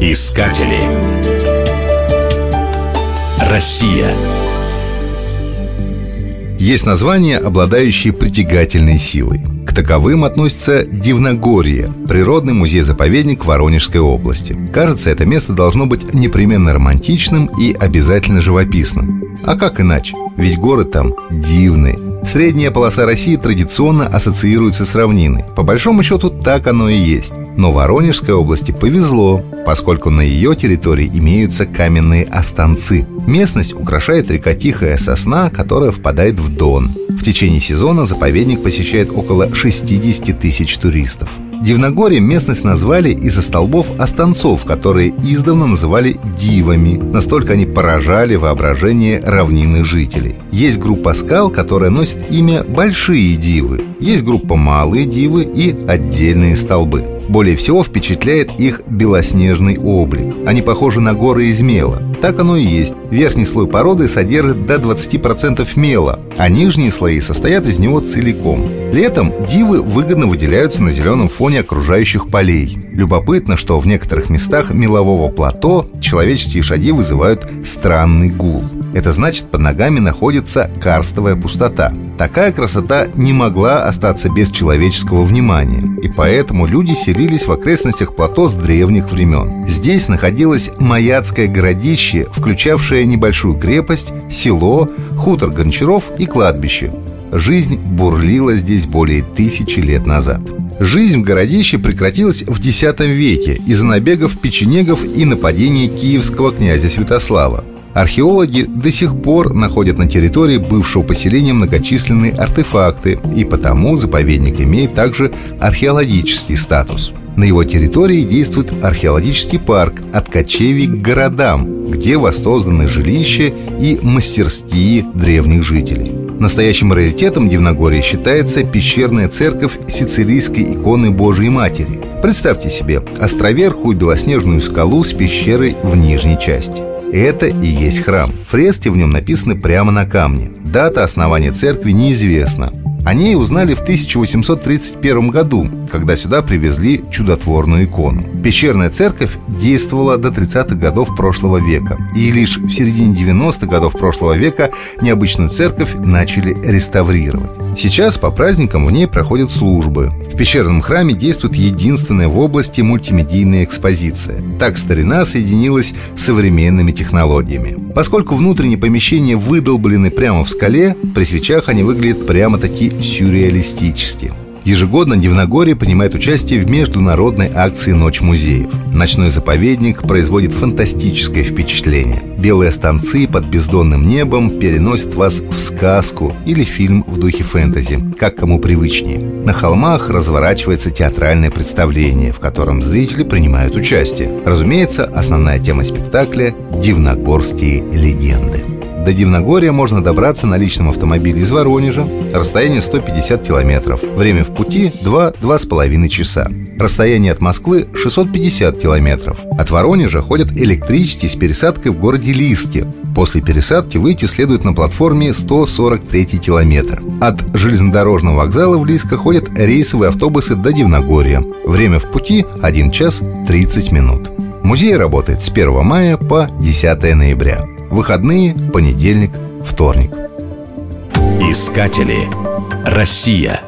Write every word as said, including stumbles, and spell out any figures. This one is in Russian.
Искатели. Россия. Есть названия, обладающие притягательной силой. К таковым относится Дивногорье, природный музей-заповедник Воронежской области. Кажется, это место должно быть непременно романтичным и обязательно живописным. А как иначе? Ведь горы там дивные. Средняя полоса России традиционно ассоциируется с равниной. По большому счету, так оно и есть. Но Воронежской области повезло, поскольку на ее территории имеются каменные останцы. Местность украшает река Тихая Сосна, которая впадает в Дон. В течение сезона заповедник посещает около шестьдесят тысяч туристов. Дивногорье местность назвали из-за столбов останцов, которые издавна называли дивами. Настолько они поражали воображение равнинных жителей. Есть группа скал, которая носит имя Большие Дивы. Есть группа Малые Дивы и отдельные столбы. Более всего впечатляет их белоснежный облик. Они похожи на горы из мела. Так оно и есть. Верхний слой породы содержит до двадцати процентов мела, а нижние слои состоят из него целиком. Летом дивы выгодно выделяются на зеленом фоне окружающих полей. Любопытно, что в некоторых местах мелового плато человеческие шаги вызывают странный гул. Это значит, под ногами находится карстовая пустота. Такая красота не могла остаться без человеческого внимания, и поэтому люди селились в окрестностях плато с древних времен. Здесь находилось маяцкое городище, включавшее небольшую крепость, село, хутор Гончаров и кладбище. Жизнь бурлила здесь более тысячи лет назад. Жизнь в городище прекратилась в десятом веке из-за набегов печенегов и нападений киевского князя Святослава. Археологи до сих пор находят на территории бывшего поселения многочисленные артефакты, и потому заповедник имеет также археологический статус. На его территории действует археологический парк «От кочевий к городам», где воссозданы жилища и мастерские древних жителей. Настоящим раритетом Дивногорья считается пещерная церковь Сицилийской иконы Божией Матери. Представьте себе островерхую белоснежную скалу с пещерой в нижней части. Это и есть храм. Фрески в нем написаны прямо на камне. Дата основания церкви неизвестна. О ней узнали в тысяча восемьсот тридцать первом году, когда сюда привезли чудотворную икону. Пещерная церковь действовала до тридцатых годов прошлого века, и лишь в середине девяностых годов прошлого века необычную церковь начали реставрировать. Сейчас по праздникам в ней проходят службы. В пещерном храме действует единственная в области мультимедийная экспозиция. Так старина соединилась с современными технологиями. Поскольку внутренние помещения выдолблены прямо в скале, при свечах они выглядят прямо-таки сюрреалистически. Ежегодно Дивногорье принимает участие в международной акции «Ночь музеев». Ночной заповедник производит фантастическое впечатление. Белые станцы под бездонным небом переносят вас в сказку или фильм в духе фэнтези, как кому привычнее. На холмах разворачивается театральное представление, в котором зрители принимают участие. Разумеется, основная тема спектакля – дивногорские легенды. До Дивногорья можно добраться на личном автомобиле из Воронежа. Расстояние сто пятьдесят километров. Время в пути два-два с половиной часа. Расстояние от Москвы шестьсот пятьдесят километров. От Воронежа ходят электрички с пересадкой в городе Лиске. После пересадки выйти следует на платформе сто сорок третий километр. От железнодорожного вокзала в Лиско ходят рейсовые автобусы до Дивногорья. Время в пути один час тридцать минут. Музей работает с первого мая по десятое ноября. Выходные, понедельник, вторник. Искатели. Россия.